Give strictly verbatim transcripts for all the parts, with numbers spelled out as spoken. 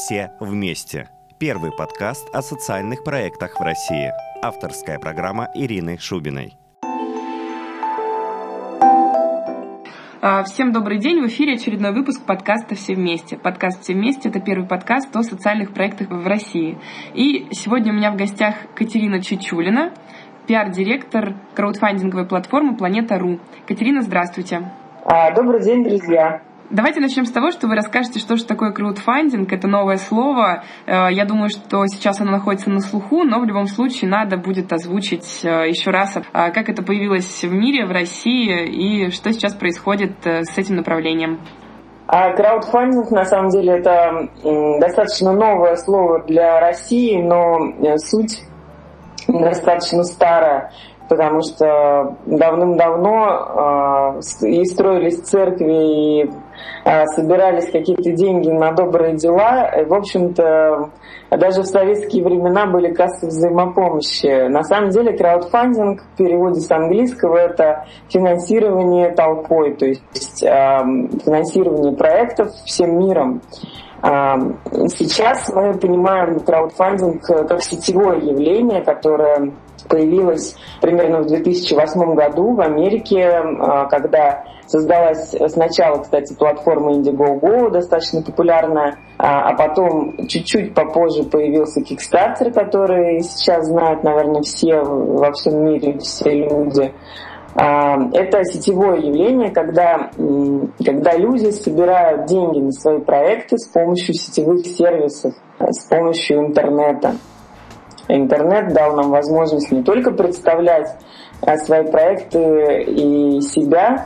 Все вместе. Первый подкаст о социальных проектах в России. Авторская программа Ирины Шубиной. Всем добрый день, в эфире очередной выпуск подкаста «Все вместе». Подкаст «Все вместе» — это первый подкаст о социальных проектах в России. И сегодня у меня в гостях Катерина Чечулина, пиар-директор краудфандинговой платформы Планета.ру. Катерина, здравствуйте. Добрый день, друзья. Давайте начнем с того, что вы расскажете, что же такое краудфандинг. Это новое слово. Я думаю, что сейчас оно находится на слуху, но в любом случае надо будет озвучить еще раз, как это появилось в мире, в России, и что сейчас происходит с этим направлением. А краудфандинг, на самом деле, это достаточно новое слово для России, но суть достаточно старая, потому что давным-давно э, и строились церкви, и э, собирались какие-то деньги на добрые дела. И, в общем-то, даже в советские времена были кассы взаимопомощи. На самом деле краудфандинг в переводе с английского — это финансирование толпой, то есть э, финансирование проектов всем миром. Сейчас мы понимаем краудфандинг как сетевое явление, которое появилось примерно в две тысячи восьмом году в Америке, когда создалась сначала, кстати, платформа Indiegogo, достаточно популярная, а потом чуть-чуть попозже появился Kickstarter, который сейчас знают, наверное, все во всем мире, все люди. Это сетевое явление, когда, когда люди собирают деньги на свои проекты с помощью сетевых сервисов, с помощью интернета. Интернет дал нам возможность не только представлять свои проекты и себя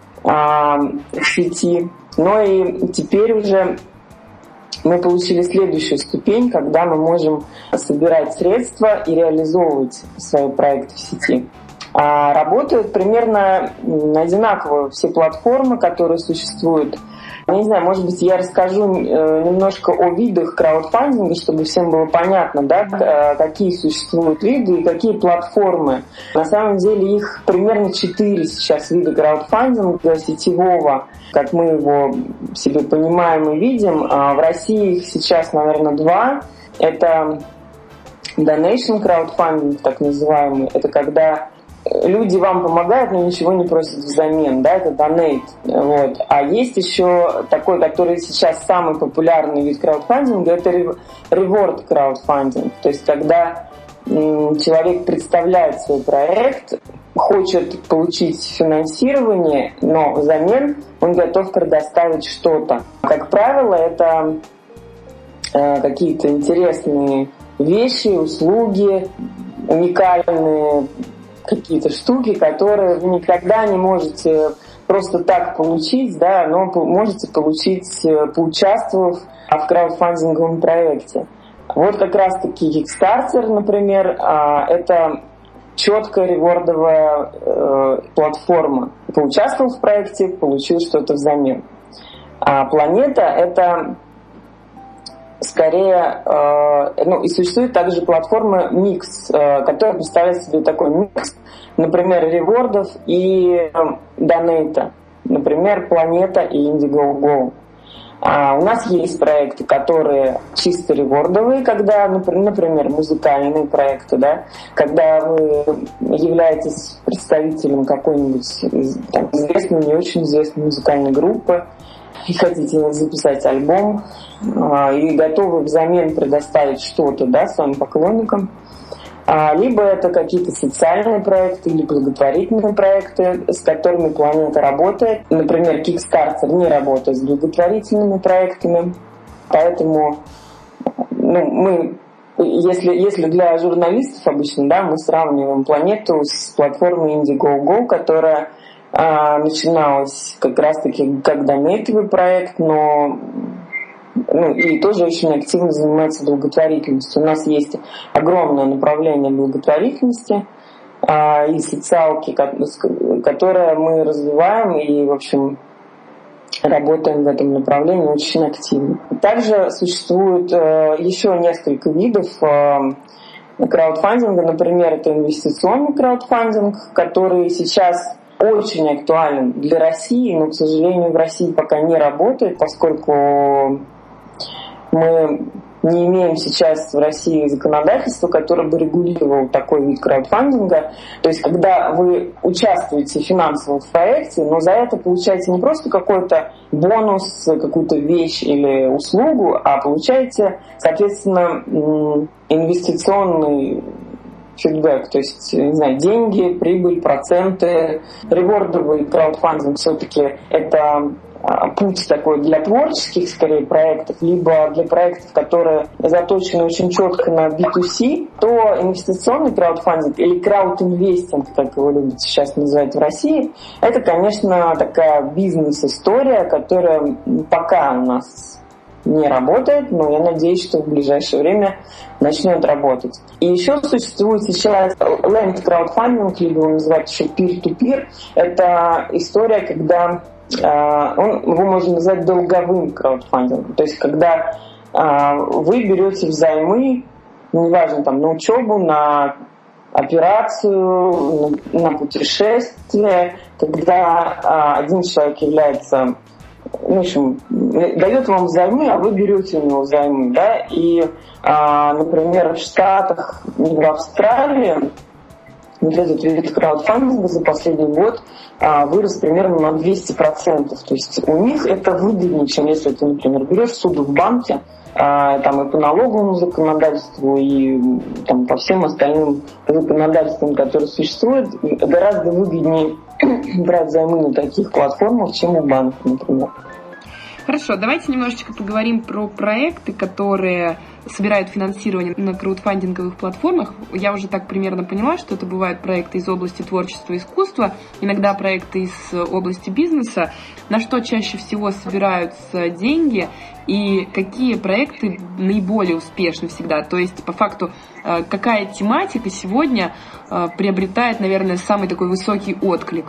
в сети, но и теперь уже мы получили следующую ступень, когда мы можем собирать средства и реализовывать свои проекты в сети. А работают примерно одинаково все платформы, которые существуют. Я не знаю, может быть, я расскажу немножко о видах краудфандинга, чтобы всем было понятно, да, какие существуют виды и какие платформы. На самом деле их примерно четыре сейчас вида краудфандинга сетевого, как мы его себе понимаем и видим. А в России их сейчас, наверное, два. Это donation краудфандинг, так называемый. Это когда люди вам помогают, но ничего не просят взамен, да, это donate. Вот. А есть еще такой, который сейчас самый популярный вид краудфандинга, это reward краудфандинг. То есть когда м, человек представляет свой проект, хочет получить финансирование, но взамен он готов предоставить что-то. Как правило, это э, какие-то интересные вещи, услуги, уникальные какие-то штуки, которые вы никогда не можете просто так получить, да, но можете получить, поучаствовав в краудфандинговом проекте. Вот как раз-таки Kickstarter, например, это четкая ревордовая э, платформа. Поучаствовал в проекте, получил что-то взамен. А Планета — это скорее, э, ну и существует также платформа Mix, э, которая представляет себе такой микс, например, ревордов и э, донейта, например, Планета и Indiegogo. А у нас есть проекты, которые чисто ревордовые, когда, например, музыкальные проекты, да, когда вы являетесь представителем какой-нибудь там, известной, не очень известной музыкальной группы, и хотите записать альбом, и готовы взамен предоставить что-то, да, своим поклонникам. Либо это какие-то социальные проекты или благотворительные проекты, с которыми Планета работает. Например, Kickstarter не работает с благотворительными проектами, поэтому ну, мы, если, если для журналистов обычно, да, мы сравниваем Планету с платформой Indiegogo, которая начиналась как раз-таки как донейтовый проект, но ну, и тоже очень активно занимается благотворительностью. У нас есть огромное направление благотворительности а, и социалки, которое мы развиваем и, в общем, работаем в этом направлении очень активно. Также существует а, еще несколько видов а, краудфандинга. Например, это инвестиционный краудфандинг, который сейчас очень актуален для России, но, к сожалению, в России пока не работает, поскольку мы не имеем сейчас в России законодательства, которое бы регулировало такой вид краудфандинга. То есть, когда вы участвуете финансово в проекте, но за это получаете не просто какой-то бонус, какую-то вещь или услугу, а получаете, соответственно, инвестиционный фидбэк, то есть, не знаю, деньги, прибыль, проценты. Ревордовый краудфандинг все-таки это путь такой для творческих, скорее, проектов, либо для проектов, которые заточены очень четко на би ту си, то инвестиционный краудфандинг или краудинвестинг, как его любят сейчас называть в России, это, конечно, такая бизнес-история, которая пока у нас не работает, но я надеюсь, что в ближайшее время начнет работать. И еще существует сейчас land краудфандинг, либо его называют еще peer-to-peer. Это история, когда Он, его можно назвать долговым краудфандингом. То есть, когда а, вы берете взаймы, неважно, там, на учебу, на операцию, на, на путешествие, когда а, один человек является, в общем, дает вам взаймы, а вы берете у него взаймы, да, и, а, например, в Штатах, в Австралии, вот этот вид краудфандинга за последний год а, вырос примерно на двести процентов. То есть у них это выгоднее, чем если ты, например, берешь суду в банке, а, там и по налоговому законодательству, и там, по всем остальным законодательствам, которые существуют, гораздо выгоднее брать займы на таких платформах, чем у банков, например. Хорошо, давайте немножечко поговорим про проекты, которые собирают финансирование на краудфандинговых платформах. Я уже так примерно поняла, что это бывают проекты из области творчества и искусства, иногда проекты из области бизнеса. На что чаще всего собираются деньги и какие проекты наиболее успешны всегда? То есть, по факту, какая тематика сегодня приобретает, наверное, самый такой высокий отклик?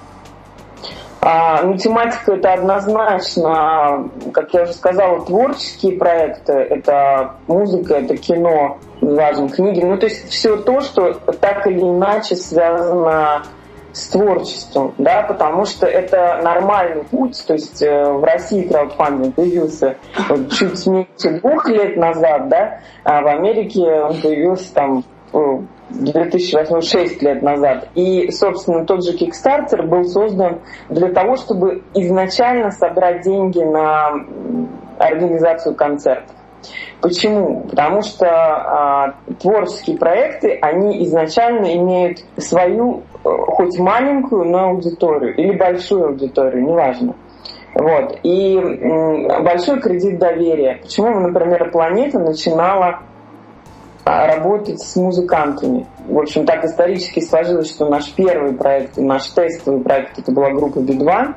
А, ну, тематика это однозначно, как я уже сказала, творческие проекты, это музыка, это кино, неважно, книги, ну то есть все то, что так или иначе связано с творчеством, да, потому что это нормальный путь, то есть э, в России краудфандинг появился вот, чуть меньше двух лет назад, да, а в Америке он появился там в две тысячи восьмом, шесть лет назад. И, собственно, тот же Kickstarter был создан для того, чтобы изначально собрать деньги на организацию концертов. Почему? Потому что а, творческие проекты, они изначально имеют свою, хоть маленькую, но аудиторию, или большую аудиторию, неважно. Вот. И м, большой кредит доверия. Почему, например, «Планета» начинала работать с музыкантами. В общем, так исторически сложилось, что наш первый проект, наш тестовый проект, это была группа би два.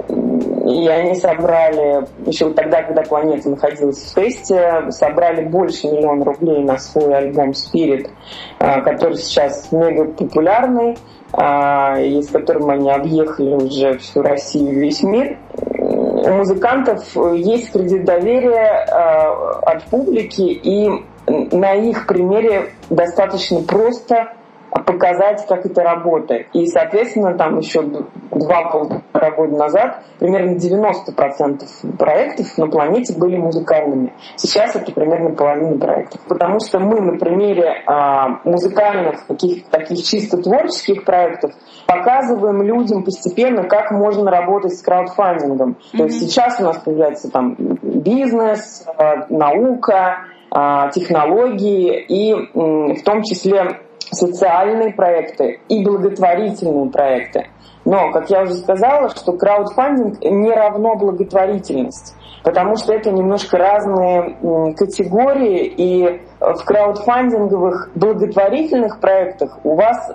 И они собрали, еще тогда, когда «Планета» находилась в тесте, собрали больше миллиона рублей на свой альбом «Spirit», который сейчас мега популярный, и с которым они объехали уже всю Россию и весь мир. У музыкантов есть кредит доверия от публики, и на их примере достаточно просто показать, как это работает. И, соответственно, там еще два-полтора года назад примерно девяносто процентов проектов на «Планете» были музыкальными. Сейчас это примерно половина проектов. Потому что мы на примере а, музыкальных, каких-то таких чисто творческих проектов показываем людям постепенно, как можно работать с краудфандингом. Mm-hmm. То есть сейчас у нас появляется там бизнес, а, наука, технологии и в том числе социальные проекты и благотворительные проекты. Но, как я уже сказала, что краудфандинг не равно благотворительность, потому что это немножко разные категории, и в краудфандинговых благотворительных проектах у вас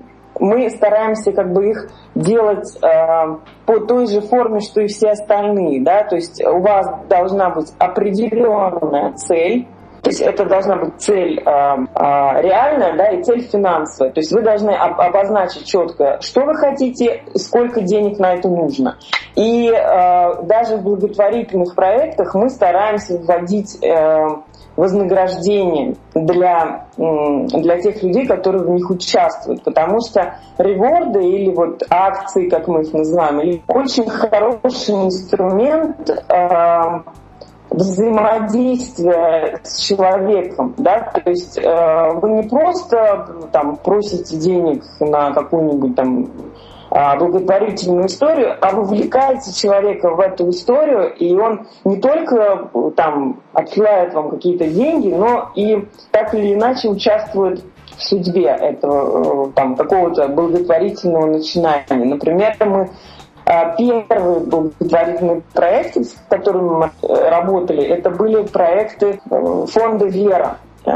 мы стараемся как бы их делать э, по той же форме, что и все остальные, да, то есть у вас должна быть определенная цель. То есть это должна быть цель э, э, реальная, да, и цель финансовая. То есть вы должны об- обозначить четко, что вы хотите, сколько денег на это нужно. И э, даже в благотворительных проектах мы стараемся вводить э, вознаграждение для, для тех людей, которые в них участвуют. Потому что реворды или вот акции, как мы их называем, или очень хороший инструмент э, взаимодействия с человеком, да, то есть э, вы не просто там просите денег на какую-нибудь там благотворительную историю, а вовлекаете человека в эту историю, и он не только там отсылает вам какие-то деньги, но и так или иначе участвует в судьбе этого там какого-то благотворительного начинания. Например, мы первые благотворительные проекты, с которыми мы работали, это были проекты фонда «Вера».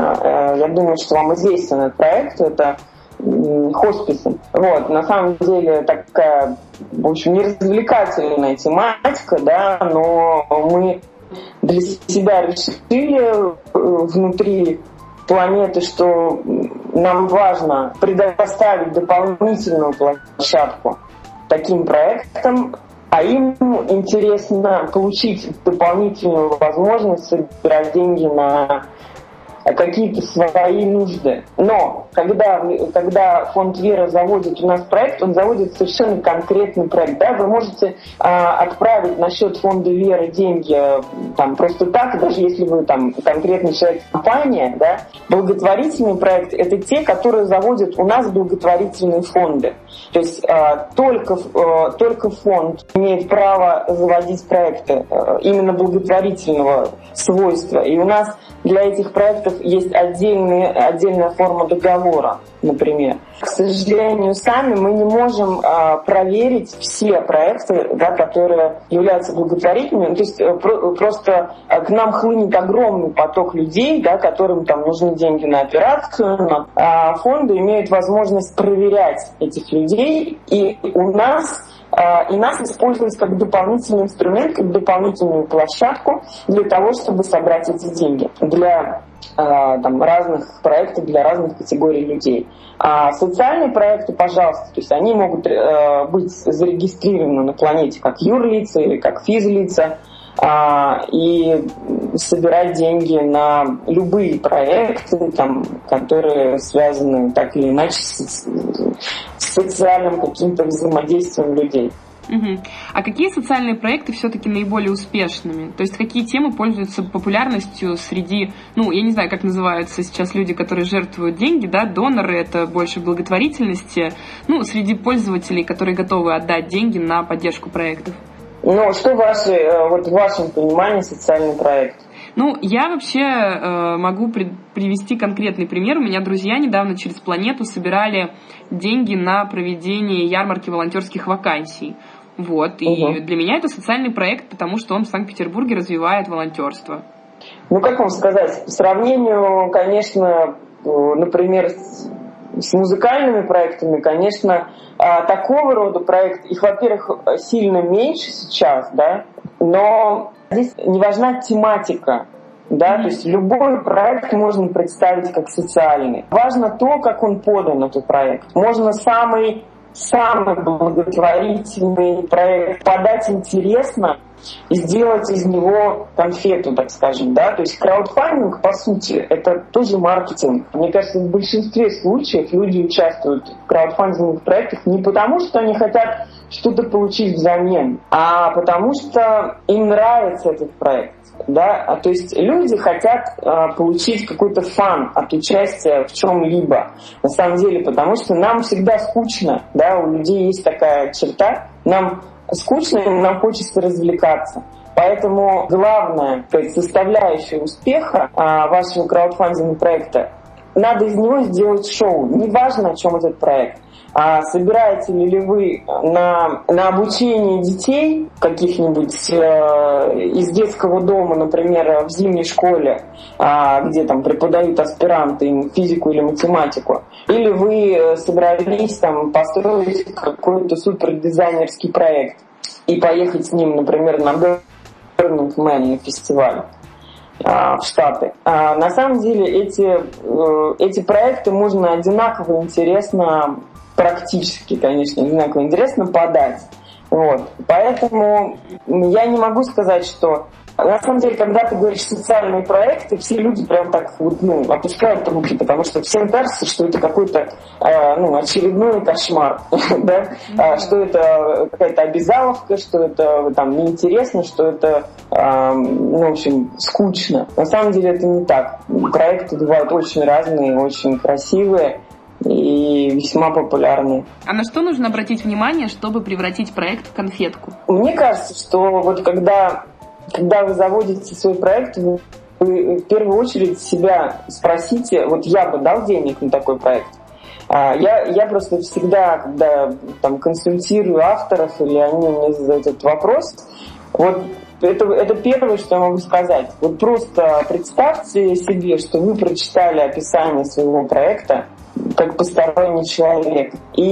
Я думаю, что вам известен этот проект. Это хосписы. Вот, на самом деле такая, в общем, неразвлекательная тематика, да, но мы для себя решили внутри планеты, что нам важно предоставить дополнительную площадку таким проектам, а им интересно получить дополнительную возможность собирать деньги на какие-то свои нужды. Но когда, когда фонд «Вера» заводит у нас проект, он заводит совершенно конкретный проект. Да? Вы можете а, отправить на счет фонда «Вера» деньги там, просто так, даже если вы там конкретный человек, компания. Да? Благотворительный проект — это те, которые заводят у нас благотворительные фонды. То есть а, только, а, только фонд имеет право заводить проекты а, именно благотворительного свойства. И у нас для этих проектов есть отдельные, отдельная форма договора, например. К сожалению, сами мы не можем а, проверить все проекты, да, которые являются благотворительными. То есть про, просто к нам хлынет огромный поток людей, да, которым там нужны деньги на операцию. А фонды имеют возможность проверять этих людей, и у нас и нас используют как дополнительный инструмент, как дополнительную площадку для того, чтобы собрать эти деньги для там, разных проектов, для разных категорий людей. А социальные проекты, пожалуйста, то есть они могут быть зарегистрированы на планете как юрлица или как физлица, и собирать деньги на любые проекты, там, которые связаны так или иначе с, с социальным каким-то взаимодействием людей. Угу. А какие социальные проекты все-таки наиболее успешными? То есть какие темы пользуются популярностью среди, ну, я не знаю, как называются сейчас люди, которые жертвуют деньги, да, доноры, это больше благотворительности, ну, среди пользователей, которые готовы отдать деньги на поддержку проектов? Ну, что ваши, вот в вашем понимании социальный проект? Ну, я вообще э, могу при, привести конкретный пример. У меня друзья недавно через планету собирали деньги на проведение ярмарки волонтерских вакансий. Вот. И угу. Для меня это социальный проект, потому что он в Санкт-Петербурге развивает волонтерство. Ну, как вам сказать, по сравнению, конечно, например, с, с музыкальными проектами, конечно, такого рода проект, их, во-первых, сильно меньше сейчас, да, но здесь не важна тематика, да, mm-hmm. то есть любой проект можно представить как социальный. Важно то, как он подан, этот проект. Можно самый, самый благотворительный проект подать интересно и сделать из него конфету, так скажем, да, то есть краудфандинг, по сути, это тоже маркетинг. Мне кажется, в большинстве случаев люди участвуют в краудфандинговых проектах не потому, что они хотят что-то получить взамен, а потому что им нравится этот проект, да, а, то есть люди хотят а, получить какой-то фан от участия в чем-либо, на самом деле, потому что нам всегда скучно, да, у людей есть такая черта, нам скучно, и нам хочется развлекаться. Поэтому главная, то есть, составляющая успеха а, вашего краудфандингового проекта, надо из него сделать шоу. Неважно, о чем этот проект. А собираете ли вы на, на обучение детей каких-нибудь э, из детского дома, например, в зимней школе, э, где там преподают аспиранты им физику или математику, или вы собрались там построить какой-то супердизайнерский проект и поехать с ним, например, на Burning Man фестиваль в Штаты. А на самом деле эти, эти проекты можно одинаково интересно, практически, конечно, одинаково интересно подать. Вот. Поэтому я не могу сказать, что На самом деле, когда ты говоришь социальные проекты, все люди прям так вот, ну, опускают руки, потому что всем кажется, что это какой-то э, ну, очередной кошмар, да? mm-hmm. что это какая-то обязаловка, что это там неинтересно, что это, э, ну, в общем, скучно. На самом деле это не так. Проекты бывают очень разные, очень красивые и весьма популярные. А на что нужно обратить внимание, чтобы превратить проект в конфетку? Мне кажется, что вот когда, когда вы заводите свой проект, вы, вы в первую очередь себя спросите, вот я бы дал денег на такой проект. А, я, я просто всегда, когда там консультирую авторов, или они мне задают этот вопрос, вот это, это первое, что я могу сказать. Вот просто представьте себе, что вы прочитали описание своего проекта как посторонний человек.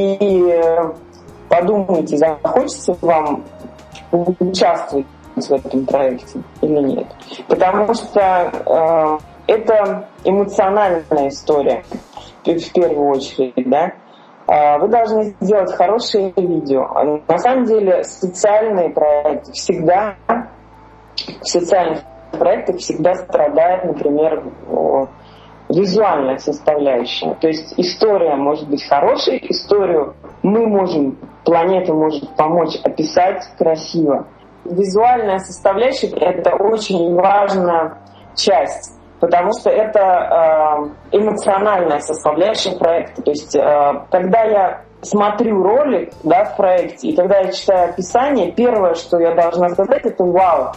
И подумайте, захочется вам участвовать в этом проекте или нет. Потому что э, это эмоциональная история, в первую очередь, да. Вы должны сделать хорошее видео. На самом деле социальные проекты всегда, в социальных проектах всегда страдает, например, визуальная составляющая. То есть история может быть хорошей, историю мы можем, планета может помочь описать красиво. Визуальная составляющая — это очень важная часть, потому что это э, эмоциональная составляющая проекта. То есть э, когда я смотрю ролик, да, в проекте, и когда я читаю описание, первое, что я должна сказать, это «Вау!».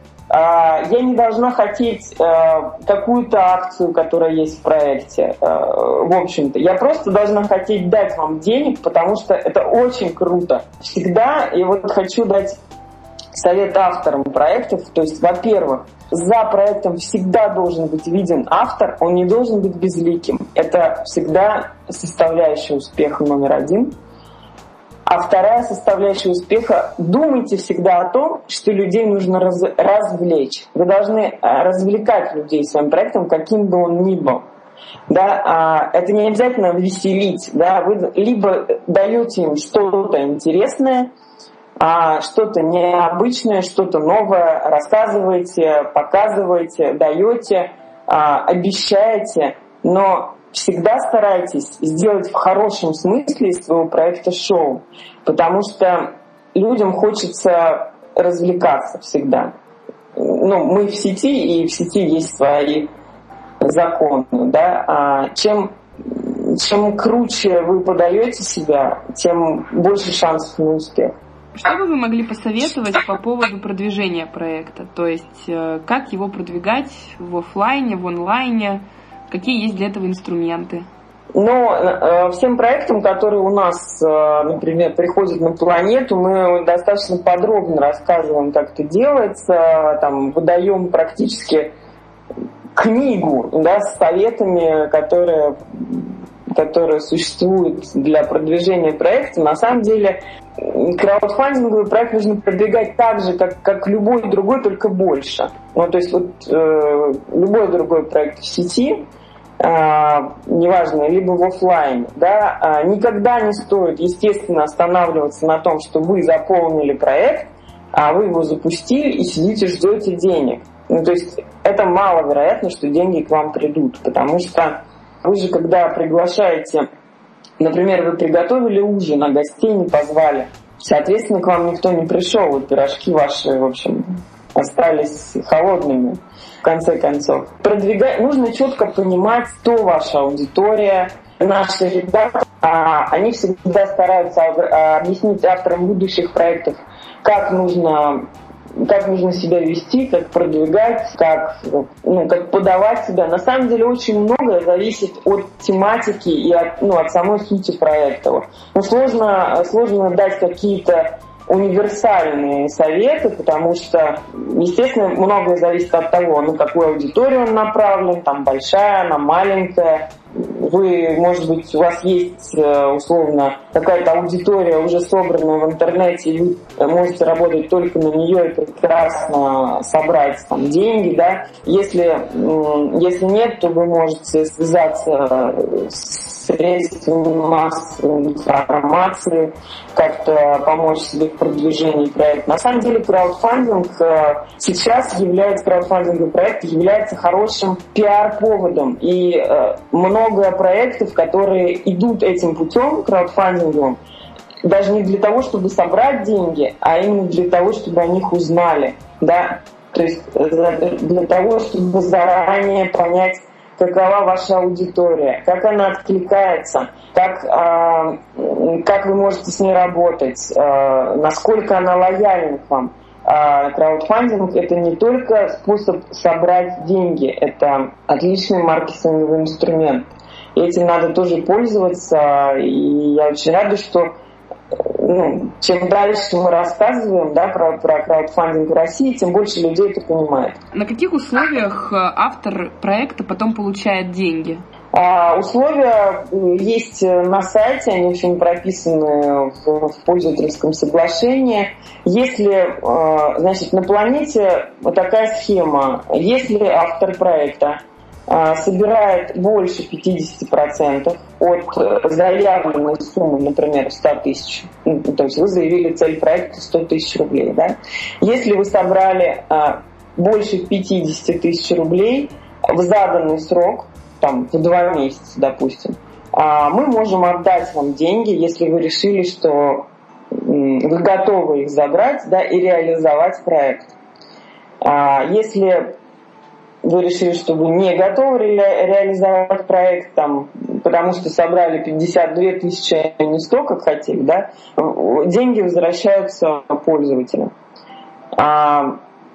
Э, я не должна хотеть э, какую-то акцию, которая есть в проекте. Э, в общем-то, я просто должна хотеть дать вам денег, потому что это очень круто. Всегда, и вот хочу дать совет авторам проектов. То есть, во-первых, за проектом всегда должен быть виден автор, он не должен быть безликим. Это всегда составляющая успеха номер один. А вторая составляющая успеха — думайте всегда о том, что людей нужно раз, развлечь. Вы должны развлекать людей своим проектом, каким бы он ни был. Да, а это не обязательно веселить. Да, вы либо даете им что-то интересное, а что-то необычное, что-то новое рассказываете, показываете, даете, а, обещаете, но всегда старайтесь сделать в хорошем смысле из своего проекта шоу, потому что людям хочется развлекаться всегда. Ну, мы в сети, и в сети есть свои законы, да. А чем, чем круче вы подаете себя, тем больше шансов на успех. Что бы вы могли посоветовать по поводу продвижения проекта? То есть, как его продвигать в офлайне, в онлайне? Какие есть для этого инструменты? Ну, всем проектам, которые у нас, например, приходят на планету, мы достаточно подробно рассказываем, как это делается, там, выдаем практически книгу, да, с советами, которые, которые существуют для продвижения проекта. На самом деле, краудфандинговый проект нужно продвигать так же, как, как любой другой, только больше. Ну, то есть вот э, любой другой проект в сети, э, неважно, либо в офлайне, да, э, никогда не стоит, естественно, останавливаться на том, что вы заполнили проект, а вы его запустили и сидите, ждете денег. Ну, то есть это маловероятно, что деньги к вам придут, потому что вы же, когда приглашаете, например, вы приготовили ужин, а гостей не позвали, соответственно, к вам никто не пришел, вот пирожки ваши, в общем, остались холодными, в конце концов. Продвигать, нужно четко понимать, кто ваша аудитория. Наши ребята, они всегда стараются объяснить авторам будущих проектов, как нужно как нужно себя вести, как продвигать, как, ну, как подавать себя. На самом деле очень многое зависит от тематики и от, ну, от самой сути проекта. Ну, сложно, сложно дать какие-то универсальные советы, потому что, естественно, многое зависит от того, на какую аудиторию он направлен, там большая, она маленькая. Вы, может быть, у вас есть условно какая-то аудитория уже собранная в интернете, и вы можете работать только на нее и прекрасно собрать там деньги, да. Если, если нет, то вы можете связаться с средствами массовой информации, как-то помочь себе в продвижении проекта. На самом деле краудфандинг сейчас является, краудфандинговый проект является хорошим пиар-поводом. И много проектов, которые идут этим путем, краудфандинговым, даже не для того, чтобы собрать деньги, а именно для того, чтобы о них узнали. Да? То есть для того, чтобы заранее понять, какова ваша аудитория, как она откликается, как, э, как вы можете с ней работать, э, насколько она лояльна к вам. А краудфандинг — это не только способ собрать деньги, это отличный маркетинговый инструмент. И этим надо тоже пользоваться, и я очень рада, что ну, чем дальше мы рассказываем, да, про, про краудфандинг в России, тем больше людей это понимает. На каких условиях автор проекта потом получает деньги? А, условия есть на сайте, они очень прописаны в, в пользовательском соглашении. Если, значит, на планете вот такая схема, если автор проекта собирает больше пятьдесят процентов от заявленной суммы, например, сто тысяч, то есть вы заявили цель проекта сто тысяч рублей, да? Если вы собрали больше пятьдесят тысяч рублей в заданный срок, там, в два месяца, допустим, мы можем отдать вам деньги, если вы решили, что вы готовы их забрать, да, и реализовать проект. Если вы решили, что вы не готовы ре- реализовать проект, там, потому что собрали пятьдесят две тысячи, а не сто, как хотели, да, деньги возвращаются пользователям. А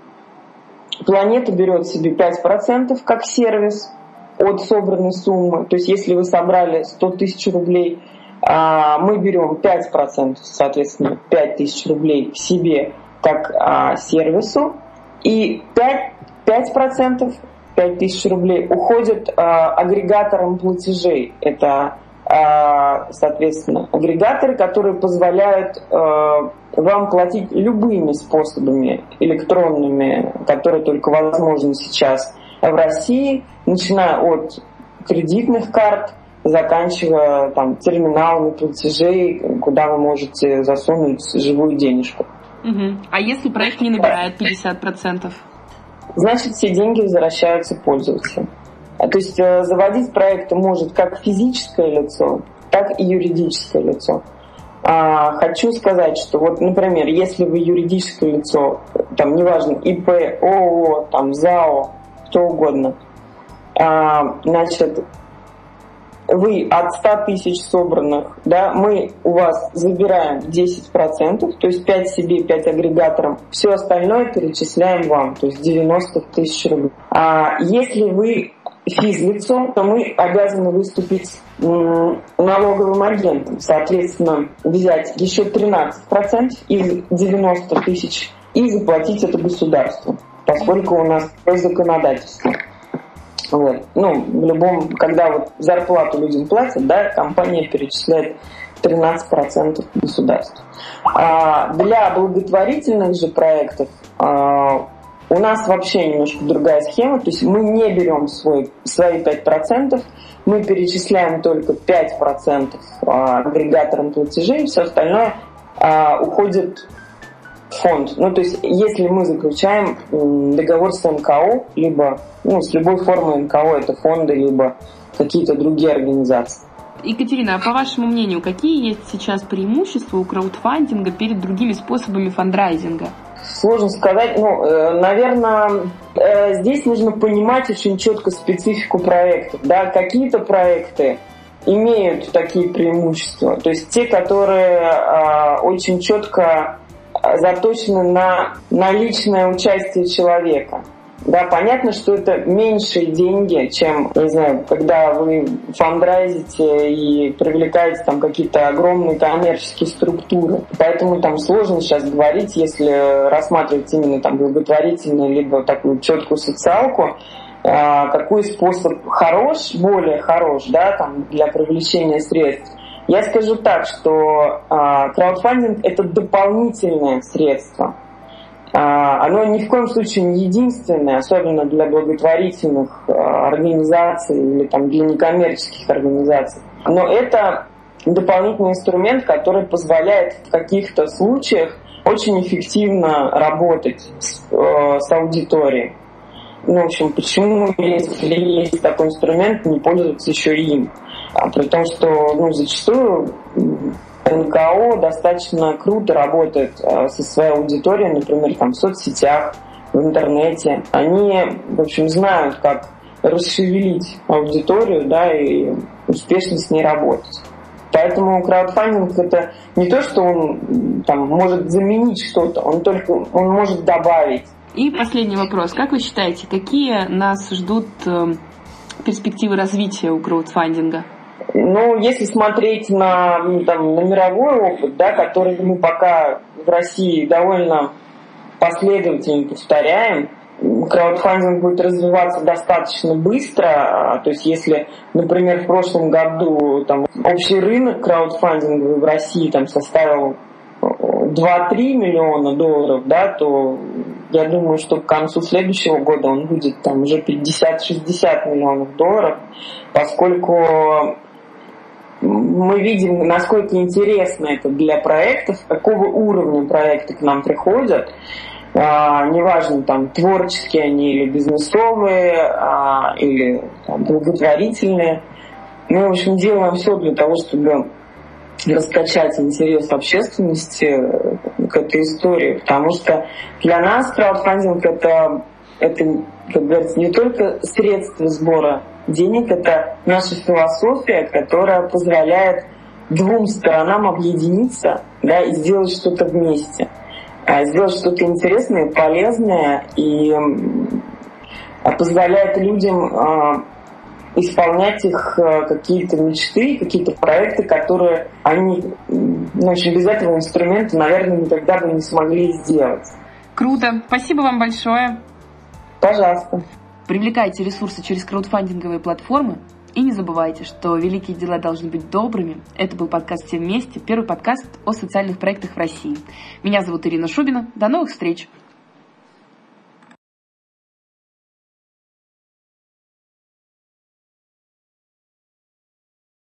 планета берет себе пять процентов как сервис от собранной суммы. То есть если вы собрали сто тысяч рублей, а мы берем пять процентов, соответственно, пять тысяч рублей себе как а, сервису, и пять процентов, пять тысяч рублей, уходят э, агрегаторам платежей. Это, э, соответственно, агрегаторы, которые позволяют э, вам платить любыми способами электронными, которые только возможны сейчас в России, начиная от кредитных карт, заканчивая там, терминалами платежей, куда вы можете засунуть живую денежку. Угу. А если проект не набирает пятьдесят процентов? Значит, все деньги возвращаются пользователю. То есть заводить проекты может как физическое лицо, так и юридическое лицо. Хочу сказать, что вот, например, если вы юридическое лицо, там, неважно, ИП, ООО, там, ЗАО, что угодно, значит, вы от ста тысяч собранных, да, мы у вас забираем десять процентов, то есть пять себе, пять агрегаторам, все остальное перечисляем вам, то есть девяносто тысяч рублей. А если вы физлицо, то мы обязаны выступить м, налоговым агентом, соответственно, взять еще тринадцать процентов из девяноста тысяч и заплатить это государству, поскольку у нас такое законодательство. Вот. Ну, в любом, когда вот зарплату людям платят, да, компания перечисляет тринадцать процентов государству. А для благотворительных же проектов а, у нас вообще немножко другая схема, то есть мы не берем свой, свои пять процентов, мы перечисляем только пять процентов а, агрегаторам платежей, все остальное а, уходит фонд. Ну, то есть, если мы заключаем договор с эн ка о, либо, ну, с любой формой эн ка о, это фонды, либо какие-то другие организации. Екатерина, а по вашему мнению, какие есть сейчас преимущества у краудфандинга перед другими способами фандрайзинга? Сложно сказать. Ну, наверное, здесь нужно понимать очень четко специфику проектов. Да? Какие-то проекты имеют такие преимущества. То есть, те, которые очень четко заточены на, на личное участие человека. Да, понятно, что это меньшие деньги, чем, не знаю, когда вы фандрайзите и привлекаете там какие-то огромные коммерческие структуры. Поэтому там сложно сейчас говорить, если рассматривать именно там благотворительную либо такую четкую социалку, какой способ хорош, более хорош, да, там, для привлечения средств. Я скажу так, что а, краудфандинг – это дополнительное средство. А, оно ни в коем случае не единственное, особенно для благотворительных а, организаций или там, для некоммерческих организаций. Но это дополнительный инструмент, который позволяет в каких-то случаях очень эффективно работать с, э, с аудиторией. Ну, в общем, почему, если есть такой инструмент, не пользоваться еще им? А, при том, что ну, зачастую эн ка о достаточно круто работает а, со своей аудиторией, например, там, в соцсетях, в интернете. Они, в общем, знают, как расшевелить аудиторию, да, и успешно с ней работать. Поэтому краудфандинг — это не то, что он там, может заменить что-то, он только он может добавить. И последний вопрос. Как вы считаете, какие нас ждут э, перспективы развития у краудфандинга? Ну, если смотреть на, ну, там, на мировой опыт, да, который мы пока в России довольно последовательно повторяем, краудфандинг будет развиваться достаточно быстро. То есть, если, например, в прошлом году там, общий рынок краудфандинга в России там, составил два-три миллиона долларов, да, то я думаю, что к концу следующего года он будет там, уже пятьдесят-шестьдесят миллионов долларов, поскольку мы видим, насколько интересно это для проектов, какого уровня проекты к нам приходят. А, неважно, там, творческие они или бизнесовые, а, или там, благотворительные. Мы, в общем, делаем все для того, чтобы раскачать интерес общественности к этой истории, потому что для нас краудфандинг это, это, как говорится, не только средство сбора денег, это наша философия, которая позволяет двум сторонам объединиться, да, и сделать что-то вместе, сделать что-то интересное, полезное и позволяет людям исполнять их какие-то мечты, какие-то проекты, которые они, ну, очень без этого инструмента, наверное, никогда бы не смогли сделать. Круто. Спасибо вам большое. Пожалуйста. Привлекайте ресурсы через краудфандинговые платформы. И не забывайте, что великие дела должны быть добрыми. Это был подкаст «Все вместе», первый подкаст о социальных проектах в России. Меня зовут Ирина Шубина. До новых встреч!